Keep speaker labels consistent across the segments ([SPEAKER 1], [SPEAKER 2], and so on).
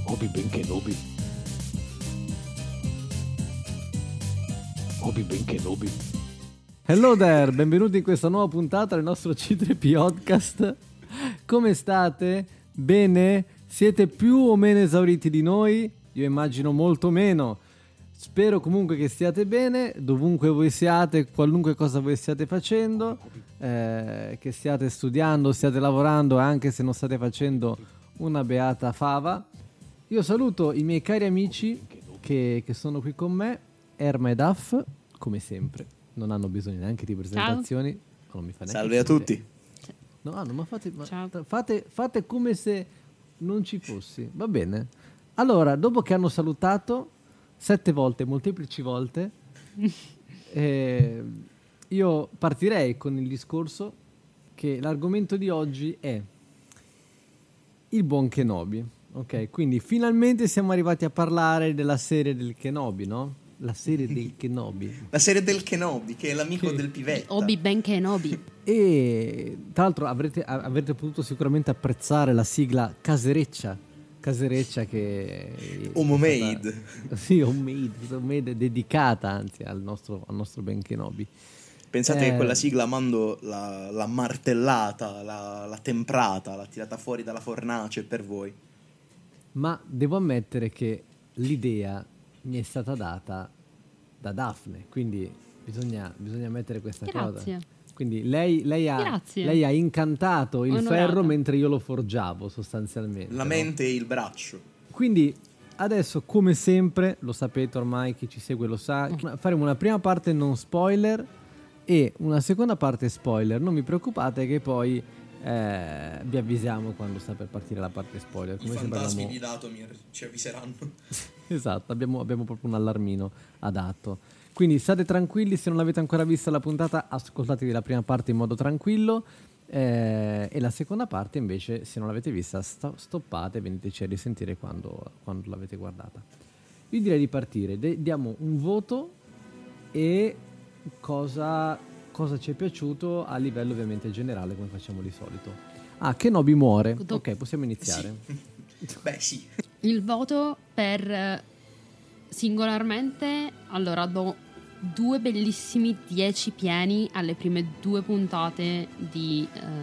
[SPEAKER 1] Obi-Ben Kenobi. Obi-Ben Kenobi.
[SPEAKER 2] Hello there, benvenuti in questa nuova puntata del nostro C3P Podcast. Come state? Bene? Siete più o meno esauriti di noi? Io immagino molto meno. Spero comunque che stiate bene, dovunque voi siate, qualunque cosa voi stiate facendo, che stiate studiando, stiate lavorando, anche se non state facendo una beata fava. Io saluto i miei cari amici che sono qui con me, Erma e Daf, come sempre. Non hanno bisogno neanche di presentazioni. Non mi fa neanche
[SPEAKER 3] Salve a tutti.
[SPEAKER 2] No, ma fate come se non ci fossi, va bene? Allora, dopo che hanno salutato 7 volte, molteplici volte, io partirei con il discorso che l'argomento di oggi è il buon Kenobi. Ok, quindi finalmente siamo arrivati a parlare della serie del Kenobi, no? La serie del Kenobi.
[SPEAKER 3] La serie del Kenobi, che è l'amico del Pivetta.
[SPEAKER 4] Obi-Ben Kenobi.
[SPEAKER 2] E tra l'altro avrete potuto sicuramente apprezzare la sigla casereccia che
[SPEAKER 3] Homemade.
[SPEAKER 2] Sì, homemade, dedicata anzi al nostro Ben Kenobi.
[SPEAKER 3] Pensate che quella sigla mando la martellata, la temprata, l'ha tirata fuori dalla fornace per voi.
[SPEAKER 2] Ma devo ammettere che l'idea mi è stata data da Daphne, quindi bisogna mettere questa
[SPEAKER 4] Grazie.
[SPEAKER 2] cosa. Quindi lei ha incantato il
[SPEAKER 4] Onorata.
[SPEAKER 2] ferro mentre io lo forgiavo sostanzialmente.
[SPEAKER 3] La
[SPEAKER 2] no?
[SPEAKER 3] mente e il braccio.
[SPEAKER 2] Quindi adesso, come sempre, lo sapete ormai, chi ci segue lo sa, faremo una prima parte non spoiler e una seconda parte spoiler. Non vi preoccupate che poi vi avvisiamo quando sta per partire la parte spoiler.
[SPEAKER 3] I
[SPEAKER 2] Come
[SPEAKER 3] fantasmi di Datomir ci avviseranno.
[SPEAKER 2] Esatto, abbiamo proprio un allarmino adatto. Quindi state tranquilli, se non l'avete ancora vista la puntata, ascoltatevi la prima parte in modo tranquillo e la seconda parte invece, se non l'avete vista, stoppate e veniteci a risentire quando l'avete guardata. Io direi di partire, diamo un voto e cosa ci è piaciuto a livello ovviamente generale, come facciamo di solito. Kenobi muore, ok, possiamo iniziare.
[SPEAKER 3] Sì. Beh, sì.
[SPEAKER 4] Il voto per singolarmente, allora do 2 bellissimi 10 pieni alle prime 2 puntate di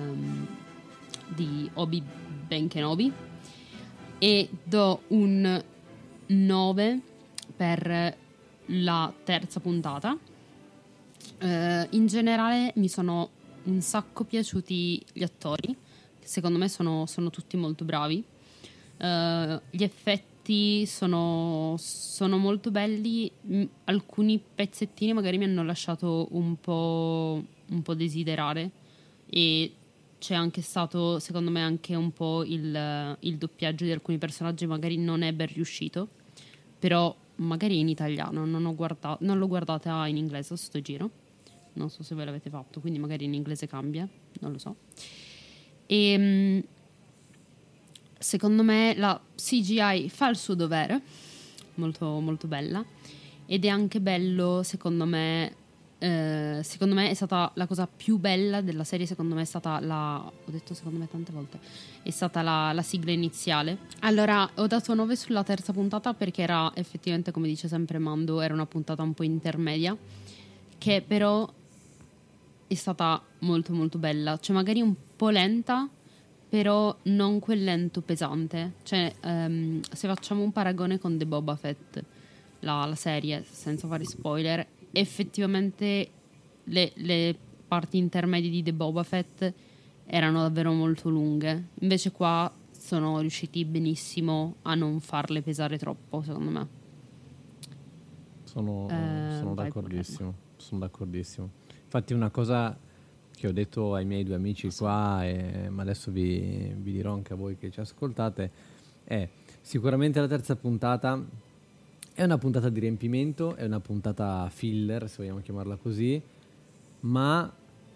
[SPEAKER 4] Obi-Ben Kenobi e do un 9 per la terza puntata. In generale mi sono un sacco piaciuti gli attori, che secondo me sono tutti molto bravi. Gli effetti sono molto belli. Alcuni pezzettini magari mi hanno lasciato un po' desiderare e c'è anche stato secondo me anche un po' il doppiaggio di alcuni personaggi magari non è ben riuscito, però magari in italiano non l'ho guardata in inglese sto giro, non so se ve l'avete fatto, quindi magari in inglese cambia, non lo so. E secondo me la CGI fa il suo dovere, molto molto bella, ed è anche bello secondo me è stata la cosa più bella della serie, secondo me è stata ho detto secondo me tante volte, è stata la sigla iniziale. Allora ho dato 9 sulla terza puntata perché era effettivamente, come dice sempre Mando, era una puntata un po' intermedia, che però è stata molto molto bella, cioè magari un po' lenta, però non quel lento pesante. Cioè se facciamo un paragone con The Boba Fett, la serie, senza fare spoiler, effettivamente le parti intermedie di The Boba Fett erano davvero molto lunghe, invece qua sono riusciti benissimo a non farle pesare troppo, secondo me.
[SPEAKER 2] Sono d'accordissimo. Infatti una cosa che ho detto ai miei 2 amici qua, ma adesso vi dirò anche a voi che ci ascoltate, è sicuramente la terza puntata è una puntata di riempimento, è una puntata filler, se vogliamo chiamarla così, ma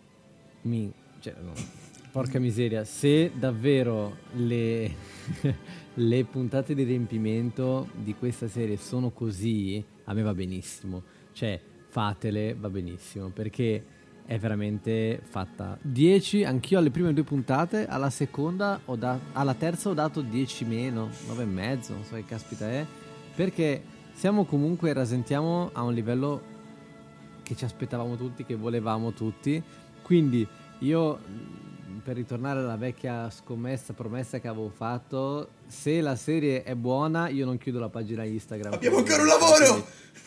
[SPEAKER 2] porca miseria, se davvero le puntate di riempimento di questa serie sono così, a me va benissimo, cioè fatele, va benissimo, perché è veramente fatta 10, anch'io alle prime 2 puntate, alla seconda alla terza ho dato 10 meno, 9 e mezzo, non so che caspita è, perché siamo comunque, rasentiamo a un livello che ci aspettavamo tutti, che volevamo tutti, quindi io, per ritornare alla vecchia promessa che avevo fatto, se la serie è buona io non chiudo la pagina Instagram.
[SPEAKER 3] Abbiamo ancora un lavoro!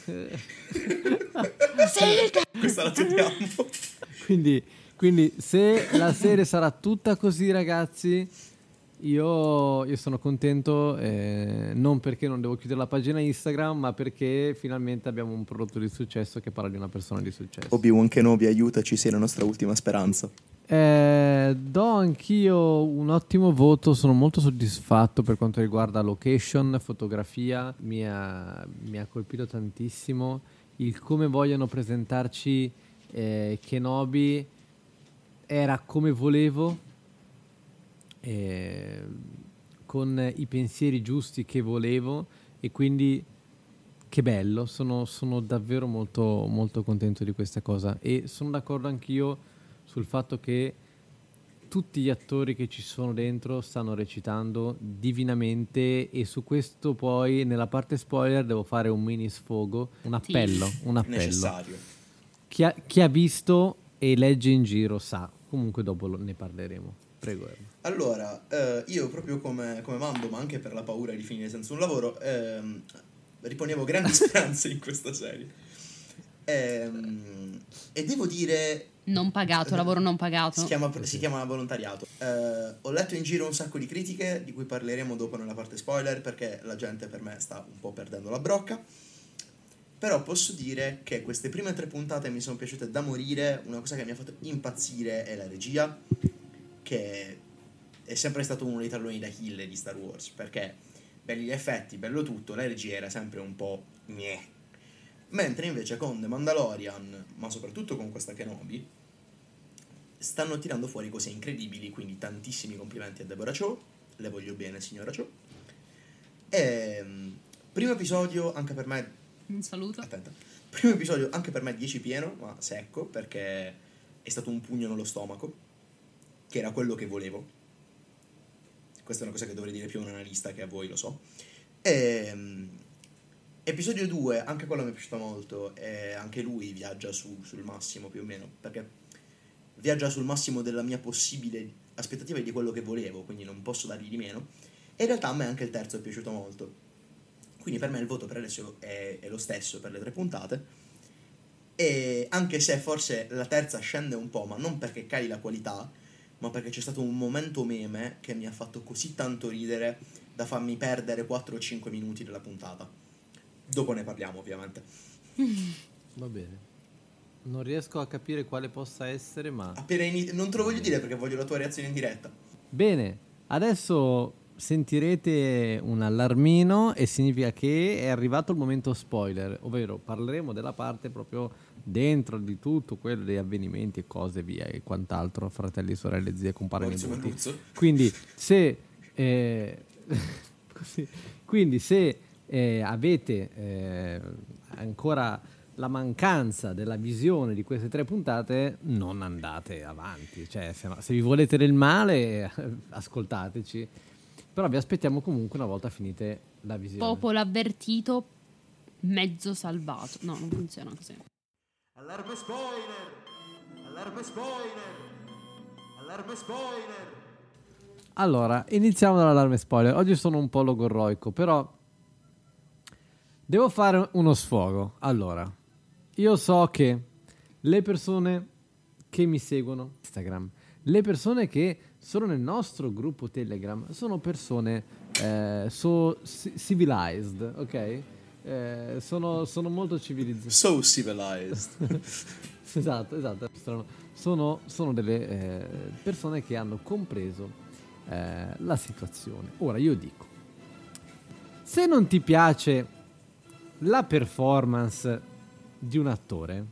[SPEAKER 3] Questa la teniamo.
[SPEAKER 2] Quindi se la serie sarà tutta così, ragazzi, io sono contento, non perché non devo chiudere la pagina Instagram, ma perché finalmente abbiamo un prodotto di successo che parla di una persona di successo.
[SPEAKER 3] Obi-Wan Kenobi, aiutaci, sei la nostra ultima speranza.
[SPEAKER 2] Do anch'io un ottimo voto, sono molto soddisfatto per quanto riguarda location, fotografia, mi ha colpito tantissimo il come vogliono presentarci Kenobi, era come volevo, con i pensieri giusti che volevo, e quindi che bello, sono davvero molto, molto contento di questa cosa, e sono d'accordo anch'io sul fatto che tutti gli attori che ci sono dentro stanno recitando divinamente, e su questo poi nella parte spoiler devo fare un mini sfogo, un appello.
[SPEAKER 3] Necessario.
[SPEAKER 2] Chi ha visto e legge in giro sa, comunque dopo ne parleremo. Prego.
[SPEAKER 3] Allora, io proprio come Mando, ma anche per la paura di finire senza un lavoro, riponevo grandi speranze in questa serie. E devo dire...
[SPEAKER 4] Non pagato, lavoro non pagato.
[SPEAKER 3] Si chiama volontariato. Ho letto in giro un sacco di critiche, di cui parleremo dopo nella parte spoiler, perché la gente per me sta un po' perdendo la brocca. Però posso dire che queste prime 3 puntate mi sono piaciute da morire. Una cosa che mi ha fatto impazzire è la regia, che è sempre stato uno dei talloni d'Achille di Star Wars, perché belli gli effetti, bello tutto, la regia era sempre un po' gneh. Mentre invece con The Mandalorian, ma soprattutto con questa Kenobi, stanno tirando fuori cose incredibili, quindi tantissimi complimenti a Deborah Chow, le voglio bene signora Chow. Primo episodio anche per me...
[SPEAKER 4] Un saluto.
[SPEAKER 3] Attenta. Primo episodio anche per me 10 pieno, ma secco, perché è stato un pugno nello stomaco, che era quello che volevo. Questa è una cosa che dovrei dire più a un analista che a voi, lo so. Episodio 2, anche quello mi è piaciuto molto, e anche lui viaggia sul massimo più o meno, perché viaggia sul massimo della mia possibile aspettativa e di quello che volevo, quindi non posso dargli di meno. E in realtà a me anche il terzo è piaciuto molto, quindi per me il voto per adesso è lo stesso per le 3 puntate, e anche se forse la terza scende un po', ma non perché cali la qualità, ma perché c'è stato un momento meme che mi ha fatto così tanto ridere da farmi perdere 4 o 5 minuti della puntata. Dopo ne parliamo, ovviamente.
[SPEAKER 2] Va bene. Non riesco a capire quale possa essere, ma...
[SPEAKER 3] Non te lo voglio dire perché voglio la tua reazione in diretta.
[SPEAKER 2] Bene, adesso sentirete un allarmino e significa che è arrivato il momento spoiler, ovvero parleremo della parte proprio dentro di tutto quello degli avvenimenti e cose via e quant'altro, fratelli, sorelle, zie, compare, nipoti. Quindi se avete ancora la mancanza della visione di queste 3 puntate, non andate avanti, cioè se vi volete del male ascoltateci, però vi aspettiamo comunque una volta finite la visione.
[SPEAKER 4] Popolo avvertito, mezzo salvato. No, non funziona così.
[SPEAKER 1] Allarme spoiler! Allarme spoiler! Allarme spoiler!
[SPEAKER 2] Allora, iniziamo dall'allarme spoiler. Oggi sono un po' logorroico, però devo fare uno sfogo. Allora, io so che le persone che mi seguono Instagram, le persone che sono nel nostro gruppo Telegram, sono persone civilized, ok? Sono molto civilizzate.
[SPEAKER 3] So civilized.
[SPEAKER 2] Esatto. Sono delle persone che hanno compreso la situazione. Ora io dico, se non ti piace la performance di un attore,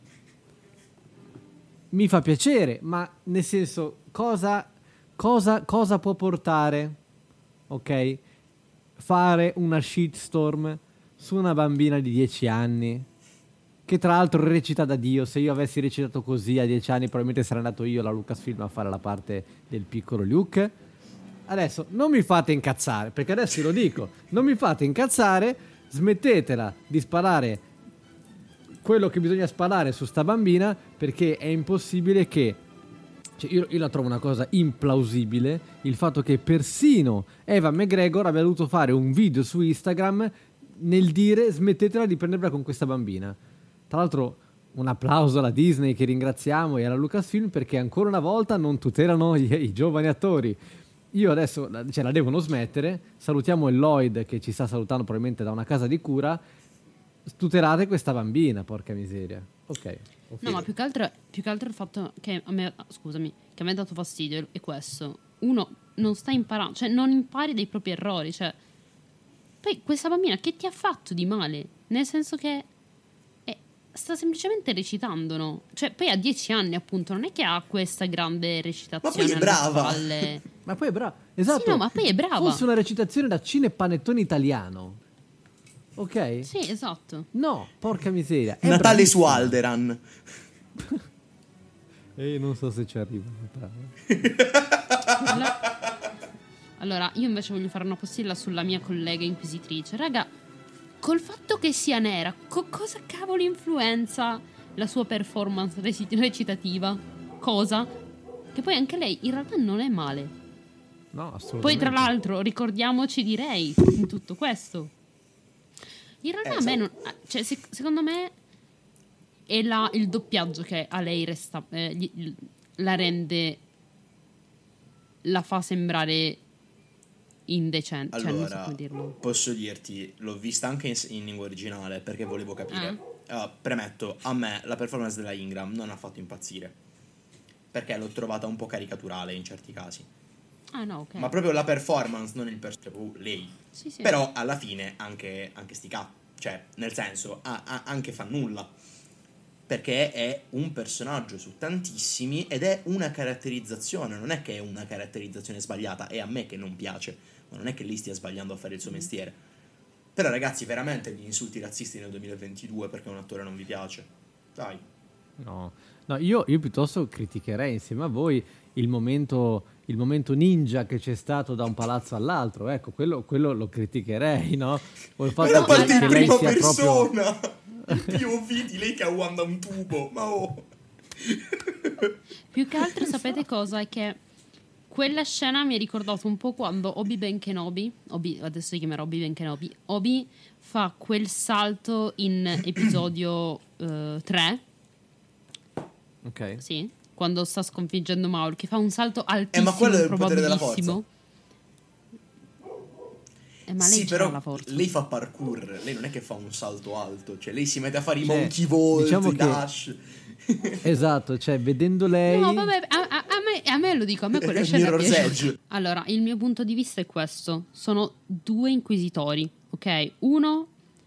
[SPEAKER 2] mi fa piacere, ma nel senso cosa può portare, ok, fare una shitstorm su una bambina di 10 anni che tra l'altro recita da Dio. Se io avessi recitato così a 10 anni probabilmente sarei andato io alla Lucasfilm a fare la parte del piccolo Luke. Adesso non mi fate incazzare, perché adesso lo dico, non mi fate incazzare, smettetela di sparare quello che bisogna sparare su sta bambina, perché è impossibile che, cioè io la trovo una cosa implausibile il fatto che persino Evan McGregor abbia dovuto fare un video su Instagram nel dire smettetela di prenderla con questa bambina. Tra l'altro un applauso alla Disney, che ringraziamo, e alla Lucasfilm, perché ancora una volta non tutelano i giovani attori. Io adesso, cioè, la devono smettere. Salutiamo il Lloyd che ci sta salutando probabilmente da una casa di cura. Tutelate questa bambina, porca miseria. Ok.
[SPEAKER 4] No, ma più che altro il fatto che a me, scusami, che a me ha dato fastidio è questo. Uno non sta imparando, cioè non impari dai propri errori, cioè poi questa bambina che ti ha fatto di male? Nel senso che sta semplicemente recitando, no? Cioè poi a 10 anni appunto non è che ha questa grande recitazione.
[SPEAKER 3] Ma poi è brava.
[SPEAKER 2] Ma poi è brava. Esatto.
[SPEAKER 4] Sì, no, ma poi è brava.
[SPEAKER 2] Fosse una recitazione da cinepanettone italiano. Ok?
[SPEAKER 4] Sì, esatto.
[SPEAKER 2] No, porca miseria. È
[SPEAKER 3] Natale
[SPEAKER 2] bravissima.
[SPEAKER 3] su Alderan.
[SPEAKER 2] Non so se ci arriva Natale.
[SPEAKER 4] Allora, io invece voglio fare una postilla sulla mia collega inquisitrice. Raga, col fatto che sia nera, cosa cavolo influenza la sua performance recitativa? Cosa? Che poi anche lei in realtà non è male.
[SPEAKER 2] No, assolutamente.
[SPEAKER 4] Poi tra l'altro ricordiamoci di Rey in tutto questo. In realtà a me non, cioè, secondo me è il doppiaggio che a lei resta, la rende, la fa sembrare indecente.
[SPEAKER 3] Allora,
[SPEAKER 4] cioè, non so come dirlo.
[SPEAKER 3] posso dirti, l'ho vista anche in lingua originale perché volevo capire. Premetto, a me la performance della Ingram non ha fatto impazzire, perché l'ho trovata un po' caricaturale in certi casi.
[SPEAKER 4] Ah no, ok.
[SPEAKER 3] Ma proprio la performance, non il personaggio, lei.
[SPEAKER 4] Sì, sì.
[SPEAKER 3] Però alla fine anche sti cazzi, cioè nel senso anche fa nulla, perché è un personaggio su tantissimi ed è una caratterizzazione, non è che è una caratterizzazione sbagliata, è a me che non piace, ma non è che lei stia sbagliando a fare il suo mestiere. Però ragazzi, veramente gli insulti razzisti nel 2022 perché un attore non vi piace, dai.
[SPEAKER 2] No, io piuttosto criticherei insieme a voi il momento ninja che c'è stato da un palazzo all'altro. Ecco, quello lo criticherei, no? O il fatto
[SPEAKER 3] Ma la parte in
[SPEAKER 2] che lei
[SPEAKER 3] prima
[SPEAKER 2] sia
[SPEAKER 3] persona,
[SPEAKER 2] proprio...
[SPEAKER 3] il POV di lei che aguanta un tubo, ma oh.
[SPEAKER 4] Più che altro sapete cosa? È che quella scena mi ha ricordato un po' quando Obi-Wan Kenobi, adesso si chiamerà Obi-Wan Kenobi, Obi fa quel salto in episodio 3.
[SPEAKER 2] Ok.
[SPEAKER 4] Sì, quando sta sconfiggendo Maul, che fa un salto altissimo,
[SPEAKER 3] ma quello è il potere della
[SPEAKER 4] probabilissimo. Ma lei
[SPEAKER 3] Sì,
[SPEAKER 4] c'ha
[SPEAKER 3] però
[SPEAKER 4] la forza.
[SPEAKER 3] lei fa parkour, lei non è che fa un salto alto, cioè lei si mette a fare i
[SPEAKER 2] Cioè,
[SPEAKER 3] monkey vault,
[SPEAKER 2] diciamo
[SPEAKER 3] i
[SPEAKER 2] che-
[SPEAKER 3] dash.
[SPEAKER 2] Esatto, cioè vedendo lei...
[SPEAKER 4] No, vabbè, a me lo dico, a me quella scena
[SPEAKER 3] Mirror's
[SPEAKER 4] piace.
[SPEAKER 3] Edge.
[SPEAKER 4] Allora, il mio punto di vista è questo. Sono 2 inquisitori, ok? Uno,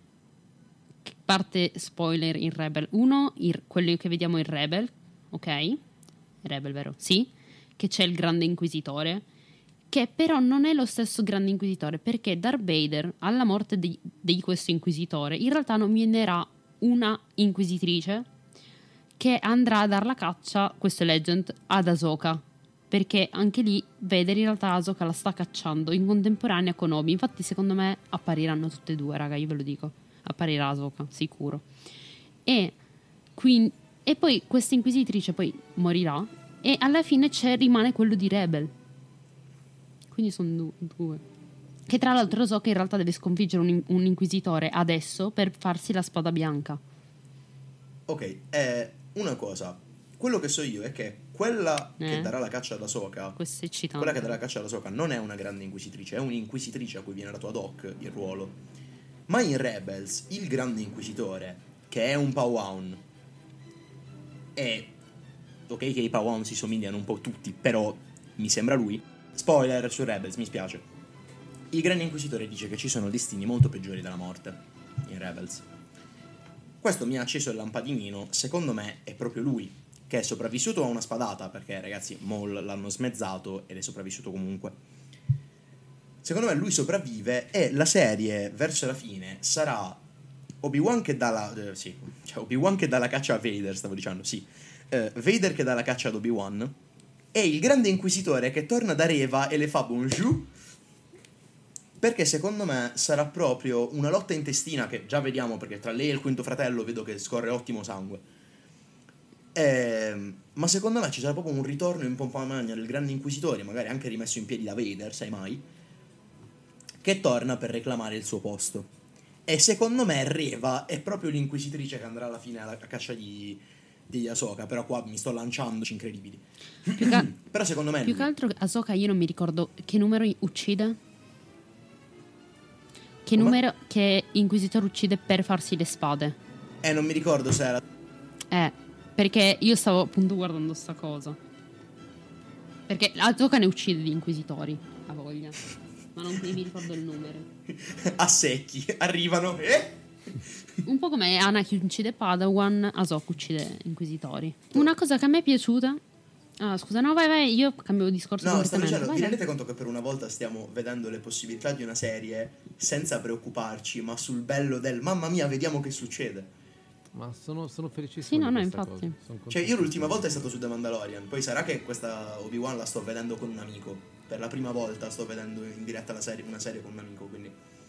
[SPEAKER 4] parte spoiler in Rebel. Uno, quello che vediamo in Rebel, ok? Rebel, vero? Sì. Che c'è il grande inquisitore, che però non è lo stesso grande inquisitore, perché Darth Vader, alla morte di questo inquisitore, in realtà nominerà una inquisitrice che andrà a dar la caccia, questo è Legend, ad Ahsoka, perché anche lì Vader in realtà Ahsoka la sta cacciando in contemporanea con Obi. Infatti secondo me appariranno tutte e due, raga, io ve lo dico, apparirà Ahsoka, sicuro. E poi questa inquisitrice poi morirà e alla fine rimane quello di Rebel, quindi sono due. Che tra l'altro Ahsoka in realtà deve sconfiggere un inquisitore adesso per farsi la spada bianca.
[SPEAKER 3] Ok, una cosa, quello che so io è che quella che darà la caccia ad Ahsoka,
[SPEAKER 4] Questo è eccitante.
[SPEAKER 3] quella che darà la caccia ad Ahsoka non è una grande inquisitrice, è un'inquisitrice a cui viene dato ad hoc il ruolo. Ma in Rebels il grande inquisitore, che è un Padawan, è ok che i Padawan si somigliano un po' tutti, però mi sembra lui. Spoiler su Rebels, mi spiace. Il grande inquisitore dice che ci sono destini molto peggiori della morte in Rebels. Questo mi ha acceso il lampadinino, secondo me è proprio lui, che è sopravvissuto a una spadata, perché ragazzi Maul l'hanno smezzato ed è sopravvissuto comunque. Secondo me lui sopravvive e la serie verso la fine sarà Obi-Wan che dà la sì, cioè Obi-Wan che dà la caccia a Vader, stavo dicendo, sì. Vader che dà la caccia ad Obi-Wan e il grande inquisitore che torna da Reva e le fa bonjour, perché secondo me sarà proprio una lotta intestina che già vediamo, perché tra lei e il quinto fratello vedo che scorre ottimo sangue. Ma secondo me ci sarà proprio un ritorno in pompa magna del grande inquisitore, magari anche rimesso in piedi da Vader, sai mai, che torna per reclamare il suo posto. E secondo me Reva è proprio l'inquisitrice che andrà alla fine alla caccia di Ahsoka. Però qua mi sto lanciandoci incredibili. Però secondo me
[SPEAKER 4] più che altro Ahsoka io non mi ricordo che numero uccide. Che
[SPEAKER 3] Come?
[SPEAKER 4] numero che Inquisitore uccide per farsi le spade.
[SPEAKER 3] non mi ricordo se era
[SPEAKER 4] Perché io stavo appunto guardando sta cosa. Perché Ahsoka ne uccide di Inquisitori, a voglia. Ma non mi ricordo il numero.
[SPEAKER 3] a secchi arrivano
[SPEAKER 4] Un po' come Anakin uccide Padawan, Ahsoka uccide Inquisitori. Una cosa che a me è piaciuta. Ah, scusa, no, vai, io cambio discorso.
[SPEAKER 3] No, sto
[SPEAKER 4] completamente.
[SPEAKER 3] dicendo, vi rendete conto che per una volta stiamo vedendo le possibilità di una serie senza preoccuparci, ma sul bello del mamma mia, vediamo che succede.
[SPEAKER 2] Ma sono felicissimo.
[SPEAKER 4] Sì, no,
[SPEAKER 2] di
[SPEAKER 4] no,
[SPEAKER 2] questa
[SPEAKER 4] infatti.
[SPEAKER 2] cosa. Sono
[SPEAKER 3] Cioè, io
[SPEAKER 2] contento.
[SPEAKER 3] l'ultima volta è stato su The Mandalorian. Poi sarà che questa Obi-Wan la sto vedendo con un amico. Per la prima volta sto vedendo in diretta una serie con un amico, quindi.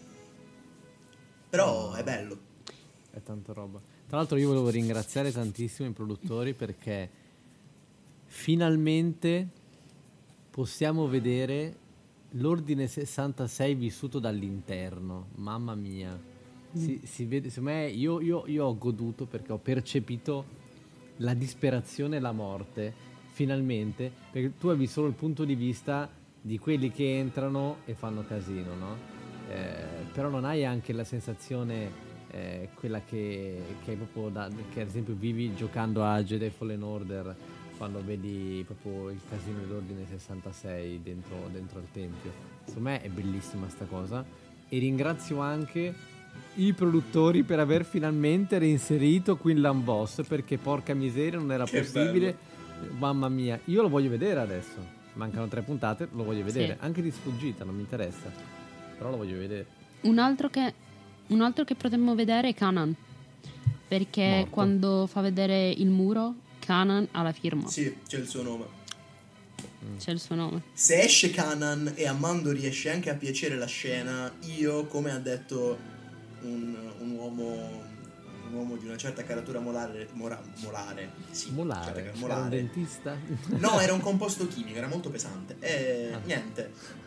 [SPEAKER 3] Però è bello.
[SPEAKER 2] È tanta roba. Tra l'altro io volevo ringraziare tantissimo i produttori perché finalmente possiamo vedere l'Ordine 66 vissuto dall'interno. Mamma mia. Si vede, secondo me io ho goduto perché ho percepito la disperazione e la morte finalmente, perché tu hai solo il punto di vista di quelli che entrano e fanno casino, no? Però non hai anche la sensazione quella che è proprio che ad esempio vivi giocando a Jedi Fallen Order, quando vedi proprio il casino dell'Ordine 66 dentro al tempio. Secondo me è bellissima sta cosa e ringrazio anche i produttori per aver finalmente reinserito Quinlan Voss, perché porca miseria non era
[SPEAKER 3] Che
[SPEAKER 2] possibile. Mamma mia, io lo voglio vedere adesso. Mancano 3 puntate, lo voglio vedere.
[SPEAKER 4] Sì.
[SPEAKER 2] Anche di sfuggita, non mi interessa. Però lo voglio vedere.
[SPEAKER 4] Un altro che potremmo vedere è Kanan. Perché
[SPEAKER 2] Morto.
[SPEAKER 4] quando fa vedere il muro, Kanan ha la firma.
[SPEAKER 3] Sì, c'è il suo nome.
[SPEAKER 4] C'è il suo nome.
[SPEAKER 3] Se esce Kanan e a Mando riesce anche a piacere la scena, io, come ha detto un uomo di una certa caratura molare. Sì,
[SPEAKER 2] Molare?
[SPEAKER 3] certo,
[SPEAKER 2] Era un dentista?
[SPEAKER 3] No, era un composto chimico, era molto pesante. Niente.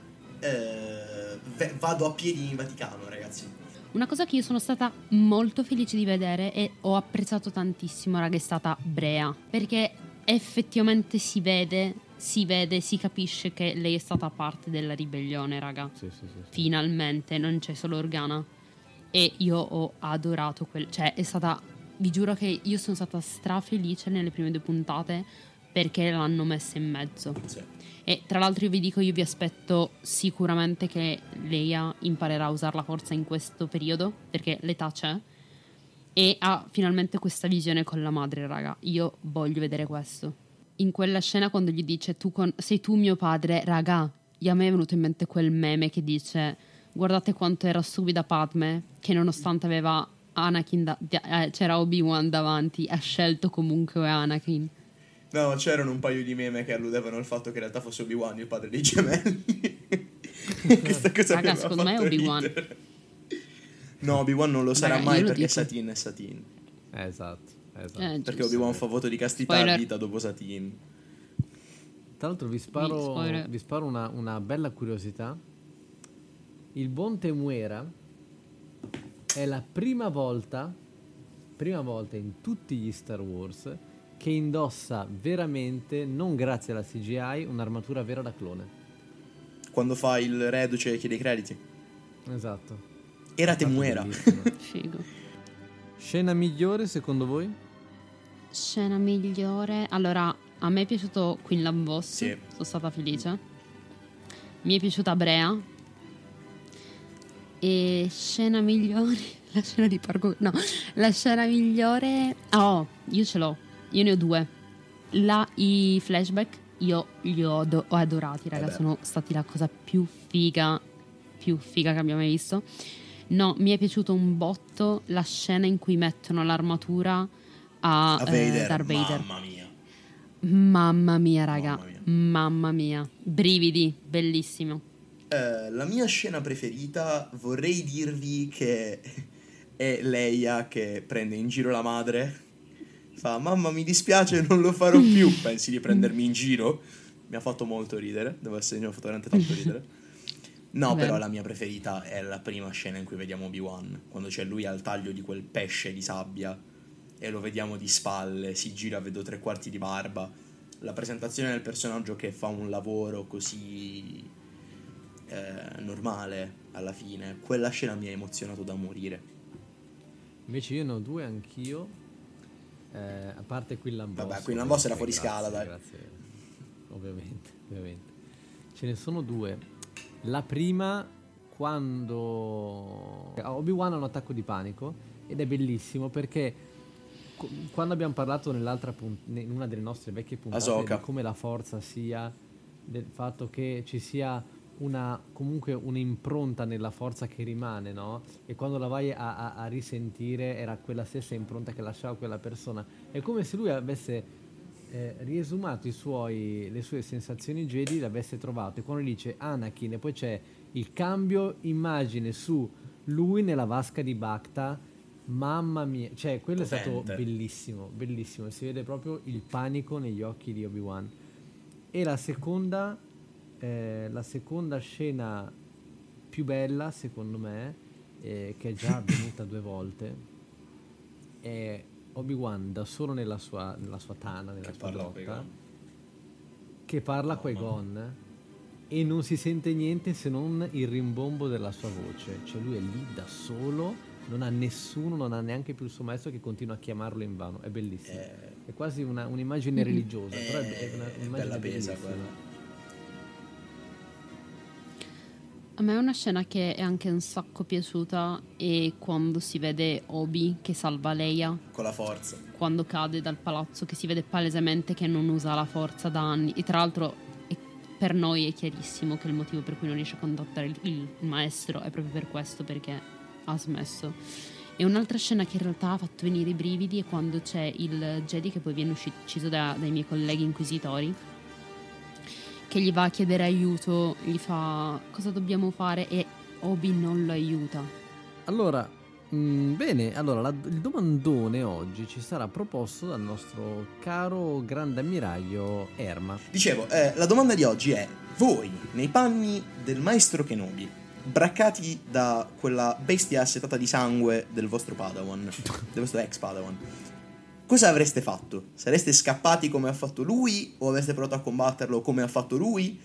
[SPEAKER 3] Vado a piedi in Vaticano, ragazzi.
[SPEAKER 4] Una cosa che io sono stata molto felice di vedere e ho apprezzato tantissimo, raga, è stata Brea. Perché effettivamente si vede, si capisce che lei è stata parte della ribellione, raga.
[SPEAKER 2] Sì.
[SPEAKER 4] Finalmente, non c'è solo Organa. E io ho adorato cioè è stata, vi giuro che io sono stata strafelice nelle prime 2 puntate perché l'hanno messa in mezzo.
[SPEAKER 3] Sì.
[SPEAKER 4] E tra l'altro io vi aspetto sicuramente che Leia imparerà a usare la forza in questo periodo, perché l'età c'è, e ha finalmente questa visione con la madre, raga. Io voglio vedere questo. In quella scena quando gli dice sei tu mio padre, raga, a me è venuto in mente quel meme che dice: guardate quanto era stupida Padme, che nonostante aveva Anakin c'era Obi-Wan davanti, ha scelto comunque Anakin.
[SPEAKER 3] No, c'erano un paio di meme che alludevano al fatto che in realtà fosse Obi-Wan il padre dei gemelli. Questa cosa
[SPEAKER 4] Raga,
[SPEAKER 3] mi aveva
[SPEAKER 4] secondo me è
[SPEAKER 3] fatto
[SPEAKER 4] Obi-Wan.
[SPEAKER 3] ridere. No, Obi-Wan non lo sarà
[SPEAKER 4] Raga,
[SPEAKER 3] mai
[SPEAKER 4] io lo
[SPEAKER 3] perché
[SPEAKER 4] dico.
[SPEAKER 3] Satine è Satine.
[SPEAKER 2] Esatto.
[SPEAKER 3] Perché
[SPEAKER 4] Giusto.
[SPEAKER 3] Obi-Wan fa voto di castità a
[SPEAKER 4] Spoiler.
[SPEAKER 3] vita dopo Satine.
[SPEAKER 2] Tra l'altro vi
[SPEAKER 4] Spoiler.
[SPEAKER 2] sparo una bella curiosità. Il buon Temuera è la prima volta in tutti gli Star Wars che indossa veramente, non grazie alla CGI, un'armatura vera da clone.
[SPEAKER 3] Quando fa il reduce e chiede i crediti.
[SPEAKER 2] Esatto.
[SPEAKER 3] Era
[SPEAKER 2] È stato
[SPEAKER 3] Temuera.
[SPEAKER 2] bellissimo.
[SPEAKER 4] Figo.
[SPEAKER 2] Scena migliore secondo voi?
[SPEAKER 4] Scena migliore. Allora, a me è piaciuto Quinlan Voss.
[SPEAKER 3] Sì.
[SPEAKER 4] Sono stata felice. Mi è piaciuta Brea. E scena migliore. La scena di parco. No, la scena migliore. Oh, io ce l'ho. Io ne ho 2. I flashback. Io li ho adorati, raga.
[SPEAKER 3] beh.
[SPEAKER 4] Sono stati la cosa più figa che abbiamo mai visto. No, mi è piaciuto un botto la scena in cui mettono l'armatura a
[SPEAKER 3] Vader.
[SPEAKER 4] Darth Vader.
[SPEAKER 3] Mamma mia.
[SPEAKER 4] Mamma mia, raga.
[SPEAKER 3] Mamma mia.
[SPEAKER 4] Mamma mia. Brividi, bellissimo.
[SPEAKER 3] La mia scena preferita vorrei dirvi che è Leia che prende in giro la madre. Fa: mamma, mi dispiace, non lo farò più. Pensi di prendermi in giro? Mi ha fatto molto ridere. Devo essere, mi ha fatto veramente tanto ridere. No,
[SPEAKER 4] Vero.
[SPEAKER 3] però la mia preferita è la prima scena in cui vediamo Obi-Wan, quando c'è lui al taglio di quel pesce di sabbia e lo vediamo di spalle, si gira, vedo 3/4 di barba. La presentazione del personaggio che fa un lavoro così normale alla fine, quella scena mi ha emozionato da morire.
[SPEAKER 2] Invece io ne ho due anch'io, a parte Quinlan Voss.
[SPEAKER 3] Vabbè, Quinlan Voss era fuori
[SPEAKER 2] grazie,
[SPEAKER 3] scala, dai.
[SPEAKER 2] Grazie, ovviamente. Ce ne sono due. La prima, quando Obi-Wan ha un attacco di panico, ed è bellissimo perché quando abbiamo parlato in una delle nostre vecchie puntate
[SPEAKER 3] Ahsoka,
[SPEAKER 2] di come la forza sia, del fatto che ci sia comunque un'impronta nella forza che rimane, no? E quando la vai a risentire era quella stessa impronta che lasciava quella persona. È come se lui avesse riesumato le sue sensazioni Jedi, le avesse trovate. Quando dice Anakin e poi c'è il cambio immagine su lui nella vasca di Bacta, mamma mia, cioè quello è stato bellissimo, bellissimo. Si vede proprio il panico negli occhi di Obi-Wan. E la seconda scena più bella secondo me, che è già avvenuta 2 volte, è Obi-Wan da solo nella sua tana, nella sua grotta, che parla a Qui-Gon e non si sente niente se non il rimbombo della sua voce. Cioè lui è lì da solo, non ha nessuno, non ha neanche più il suo maestro che continua a chiamarlo invano. È bellissimo, è quasi un'immagine religiosa, però è un'immagine
[SPEAKER 3] bella pesa
[SPEAKER 2] bellissima.
[SPEAKER 3] quella.
[SPEAKER 4] A me è una scena che è anche un sacco piaciuta, e quando si vede Obi che salva Leia
[SPEAKER 3] Con la forza.
[SPEAKER 4] quando cade dal palazzo, che si vede palesemente che non usa la forza da anni, e tra l'altro per noi è chiarissimo che il motivo per cui non riesce a contattare il maestro è proprio per questo, perché ha smesso. E un'altra scena che in realtà ha fatto venire i brividi è quando c'è il Jedi che poi viene ucciso dai miei colleghi inquisitori, che gli va a chiedere aiuto, gli fa cosa dobbiamo fare e Obi non lo aiuta.
[SPEAKER 2] Allora, bene, allora il domandone oggi ci sarà proposto dal nostro caro grande ammiraglio Erma.
[SPEAKER 3] Dicevo, la domanda di oggi è: voi, nei panni del maestro Kenobi, braccati da quella bestia assetata di sangue del vostro Padawan, del vostro ex Padawan, cosa avreste fatto? Sareste scappati come ha fatto lui o avreste provato a combatterlo come ha fatto lui?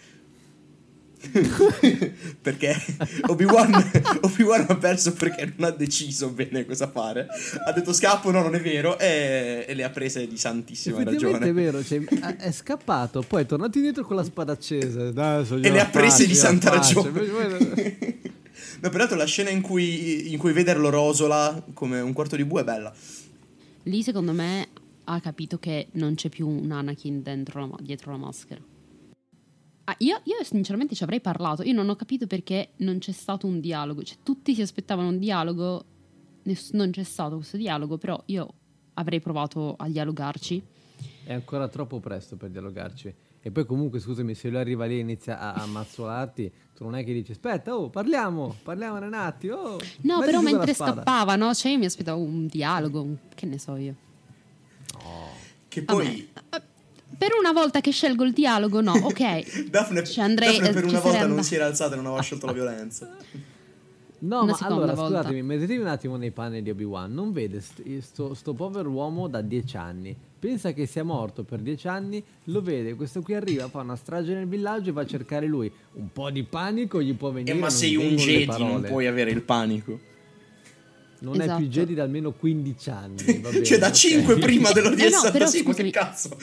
[SPEAKER 3] Perché Obi-Wan ha perso perché non ha deciso bene cosa fare. Ha detto scappo, no, non è vero, e le ha prese di santissima ragione.
[SPEAKER 2] È vero, cioè, è scappato, poi è tornato indietro con la spada accesa
[SPEAKER 3] e le ha prese di santa ragione. No, peraltro la scena in cui Vader lo rosola come un quarto di bue è bella.
[SPEAKER 4] Lì secondo me ha capito che non c'è più un Anakin dietro la maschera. Io sinceramente ci avrei parlato. Io non ho capito perché non c'è stato un dialogo. Cioè tutti si aspettavano un dialogo, non c'è stato questo dialogo, però io avrei provato a dialogarci.
[SPEAKER 2] È ancora troppo presto per dialogarci. E poi comunque scusami, se lui arriva lì e inizia a mazzolarti, tu non è che dici aspetta, parliamone un attimo.
[SPEAKER 4] No, però mentre scappava, no? Cioè io mi aspettavo un dialogo, che ne so io.
[SPEAKER 3] Che poi
[SPEAKER 4] per una volta che scelgo il dialogo, no, ok.
[SPEAKER 3] Daphne per una volta non si era alzata e non aveva scelto la violenza.
[SPEAKER 2] No,
[SPEAKER 4] Una
[SPEAKER 2] ma allora
[SPEAKER 4] volta.
[SPEAKER 2] scusatemi, mettetevi un attimo nei panni di Obi-Wan. Non vede sto povero uomo da 10 anni. Pensa che sia morto per 10 anni, lo vede, questo qui arriva, fa una strage nel villaggio e va a cercare lui. Un po' di panico gli può venire.
[SPEAKER 3] Ma
[SPEAKER 2] non
[SPEAKER 3] sei un
[SPEAKER 2] vengono le
[SPEAKER 3] Jedi,
[SPEAKER 2] parole.
[SPEAKER 3] non puoi avere il panico.
[SPEAKER 2] Non è più Jedi da almeno 15 anni. Va bene,
[SPEAKER 3] Cioè da 5 prima dello di
[SPEAKER 4] no, però
[SPEAKER 3] sì, ma che
[SPEAKER 4] scusami.
[SPEAKER 3] cazzo.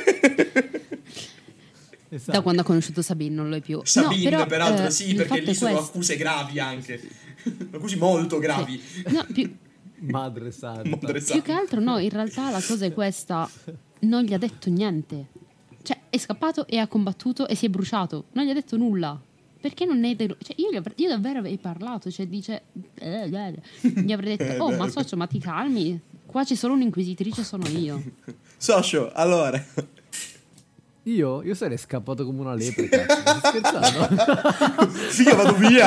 [SPEAKER 2] Esatto.
[SPEAKER 4] Da quando ha conosciuto Sabine non lo è più.
[SPEAKER 3] Sabine,
[SPEAKER 4] no, però,
[SPEAKER 3] peraltro, sì,
[SPEAKER 4] il
[SPEAKER 3] perché
[SPEAKER 4] fatto
[SPEAKER 3] lì
[SPEAKER 4] è
[SPEAKER 3] sono
[SPEAKER 4] questo.
[SPEAKER 3] accuse gravi anche. Accuse molto gravi.
[SPEAKER 4] No,
[SPEAKER 2] Madre santa.
[SPEAKER 4] più che altro no, in realtà la cosa è questa. Non gli ha detto niente. Cioè è scappato e ha combattuto e si è bruciato. Non gli ha detto nulla. perché non ne cioè, io davvero avrei parlato, cioè dice gli avrei detto ma socio, ma ti calmi, qua c'è solo un'inquisitrice, sono io.
[SPEAKER 3] Socio, allora
[SPEAKER 2] Io sarei scappato come una lepre, cazzo. Stai scherzando?
[SPEAKER 3] figa, vado via.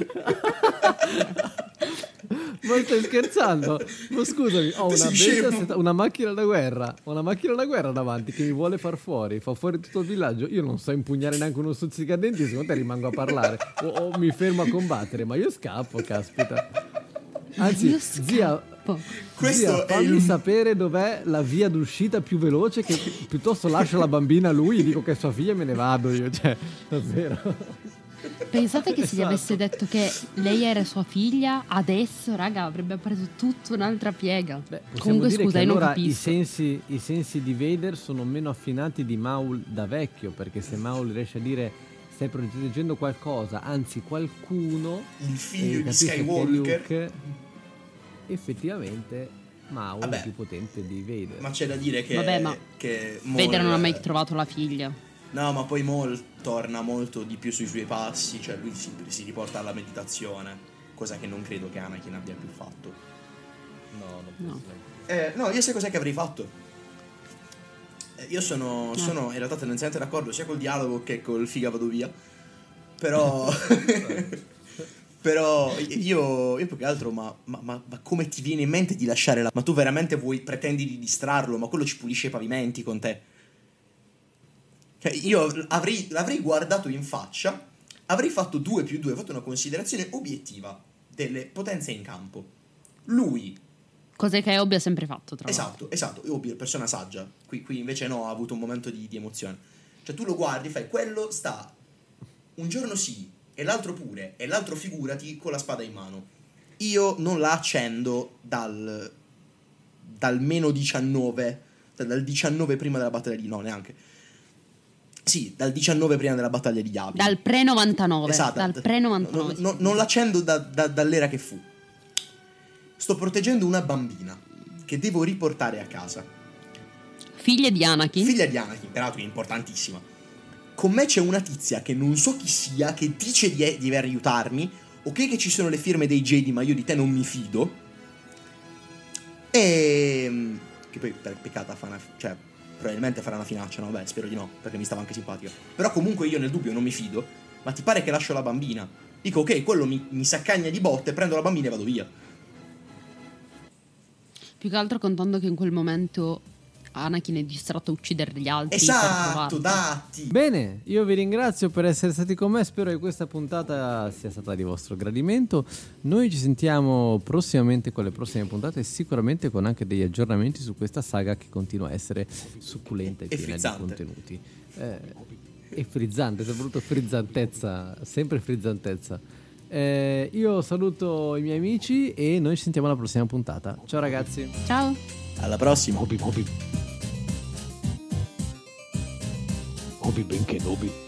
[SPEAKER 2] Ma stai scherzando? Ma scusami, ho
[SPEAKER 3] Tu
[SPEAKER 2] una,
[SPEAKER 3] sei scemo.
[SPEAKER 2] una macchina da guerra. Ho una macchina da guerra davanti che mi vuole far fuori. Fa fuori tutto il villaggio. Io non so impugnare neanche uno stuzzicadenti. Secondo te rimango a parlare o mi fermo a combattere. Ma io scappo, caspita. Anzi,
[SPEAKER 4] Io
[SPEAKER 2] zia,
[SPEAKER 3] Questo è
[SPEAKER 2] fammi
[SPEAKER 3] il-
[SPEAKER 2] sapere dov'è la via d'uscita più veloce, che piuttosto lascio la bambina a lui e dico che è sua figlia e me ne vado io. Cioè, davvero.
[SPEAKER 4] Pensate che se gli
[SPEAKER 2] Esatto.
[SPEAKER 4] avesse detto che lei era sua figlia, adesso, raga, avrebbe preso tutta un'altra piega.
[SPEAKER 2] Beh, possiamo
[SPEAKER 4] Comunque
[SPEAKER 2] dire
[SPEAKER 4] scusa,
[SPEAKER 2] che
[SPEAKER 4] io non
[SPEAKER 2] allora
[SPEAKER 4] capisco.
[SPEAKER 2] i sensi di Vader sono meno affinati di Maul da vecchio, perché se Maul riesce a dire stai proteggendo qualcosa, anzi qualcuno,
[SPEAKER 3] Il
[SPEAKER 2] e
[SPEAKER 3] figlio di
[SPEAKER 2] capisce che è
[SPEAKER 3] Skywalker.
[SPEAKER 2] Luke, effettivamente Maul
[SPEAKER 3] Vabbè.
[SPEAKER 2] è più potente di Vader.
[SPEAKER 3] Ma c'è da dire che
[SPEAKER 4] Vabbè, ma
[SPEAKER 3] che
[SPEAKER 4] Vader non ha mai
[SPEAKER 3] Maul-
[SPEAKER 4] trovato la figlia.
[SPEAKER 3] No, ma poi Maul torna molto di più sui suoi passi, cioè lui si riporta alla meditazione, cosa che non credo che Anakin abbia più fatto.
[SPEAKER 2] No, non
[SPEAKER 4] No.
[SPEAKER 2] penso.
[SPEAKER 3] No, io sai cos'è che avrei fatto? Io sono in realtà tendenzialmente d'accordo sia col dialogo che col figa vado via. Però però io più che altro ma come ti viene in mente di lasciare la... Ma tu veramente pretendi di distrarlo? Ma quello ci pulisce i pavimenti con te. Cioè, io l'avrei guardato in faccia, avrei fatto 2 più 2, fatto una considerazione obiettiva delle potenze in campo. Lui,
[SPEAKER 4] Cos'è che Obi ha sempre fatto, tra l'altro.
[SPEAKER 3] esatto, Obi è persona saggia, qui invece no, ha avuto un momento di emozione. Cioè tu lo guardi, fai, quello sta un giorno sì, e l'altro pure, e l'altro figurati con la spada in mano. Io non la accendo dal meno 19, dal 19 prima della battaglia di... no, neanche. Sì, dal 19 prima della battaglia di Yavin.
[SPEAKER 4] Dal pre-99.
[SPEAKER 3] Esatto,
[SPEAKER 4] Dal pre-99.
[SPEAKER 3] non l'accendo dall'era che fu. Sto proteggendo una bambina che devo riportare a casa.
[SPEAKER 4] Figlia di Anakin.
[SPEAKER 3] Figlia di Anakin, peraltro importantissima. Con me c'è una tizia che non so chi sia, che dice di aiutarmi. Ok che ci sono le firme dei Jedi, ma io di te non mi fido. E... che poi peccata fa una... cioè... probabilmente farà una finaccia, no? Beh, spero di no, perché mi stava anche simpatica. Però comunque io nel dubbio non mi fido. Ma ti pare che lascio la bambina? Dico, ok, quello mi saccagna di botte, prendo la bambina e vado via.
[SPEAKER 4] Più che altro contando che in quel momento Anakin è distratto a uccidere gli altri. per
[SPEAKER 3] Esatto,
[SPEAKER 4] provarsi.
[SPEAKER 3] datti.
[SPEAKER 2] Bene, io vi ringrazio per essere stati con me, spero che questa puntata sia stata di vostro gradimento. Noi ci sentiamo prossimamente con le prossime puntate e sicuramente con anche degli aggiornamenti su questa saga che continua a essere succulenta e
[SPEAKER 3] E
[SPEAKER 2] piena di
[SPEAKER 3] frizzante.
[SPEAKER 2] contenuti. E frizzante, soprattutto frizzantezza, sempre frizzantezza. Io saluto i miei amici e noi ci sentiamo alla prossima puntata. Ciao ragazzi.
[SPEAKER 4] Ciao.
[SPEAKER 3] Alla prossima.
[SPEAKER 5] Obi-Wan Kenobi.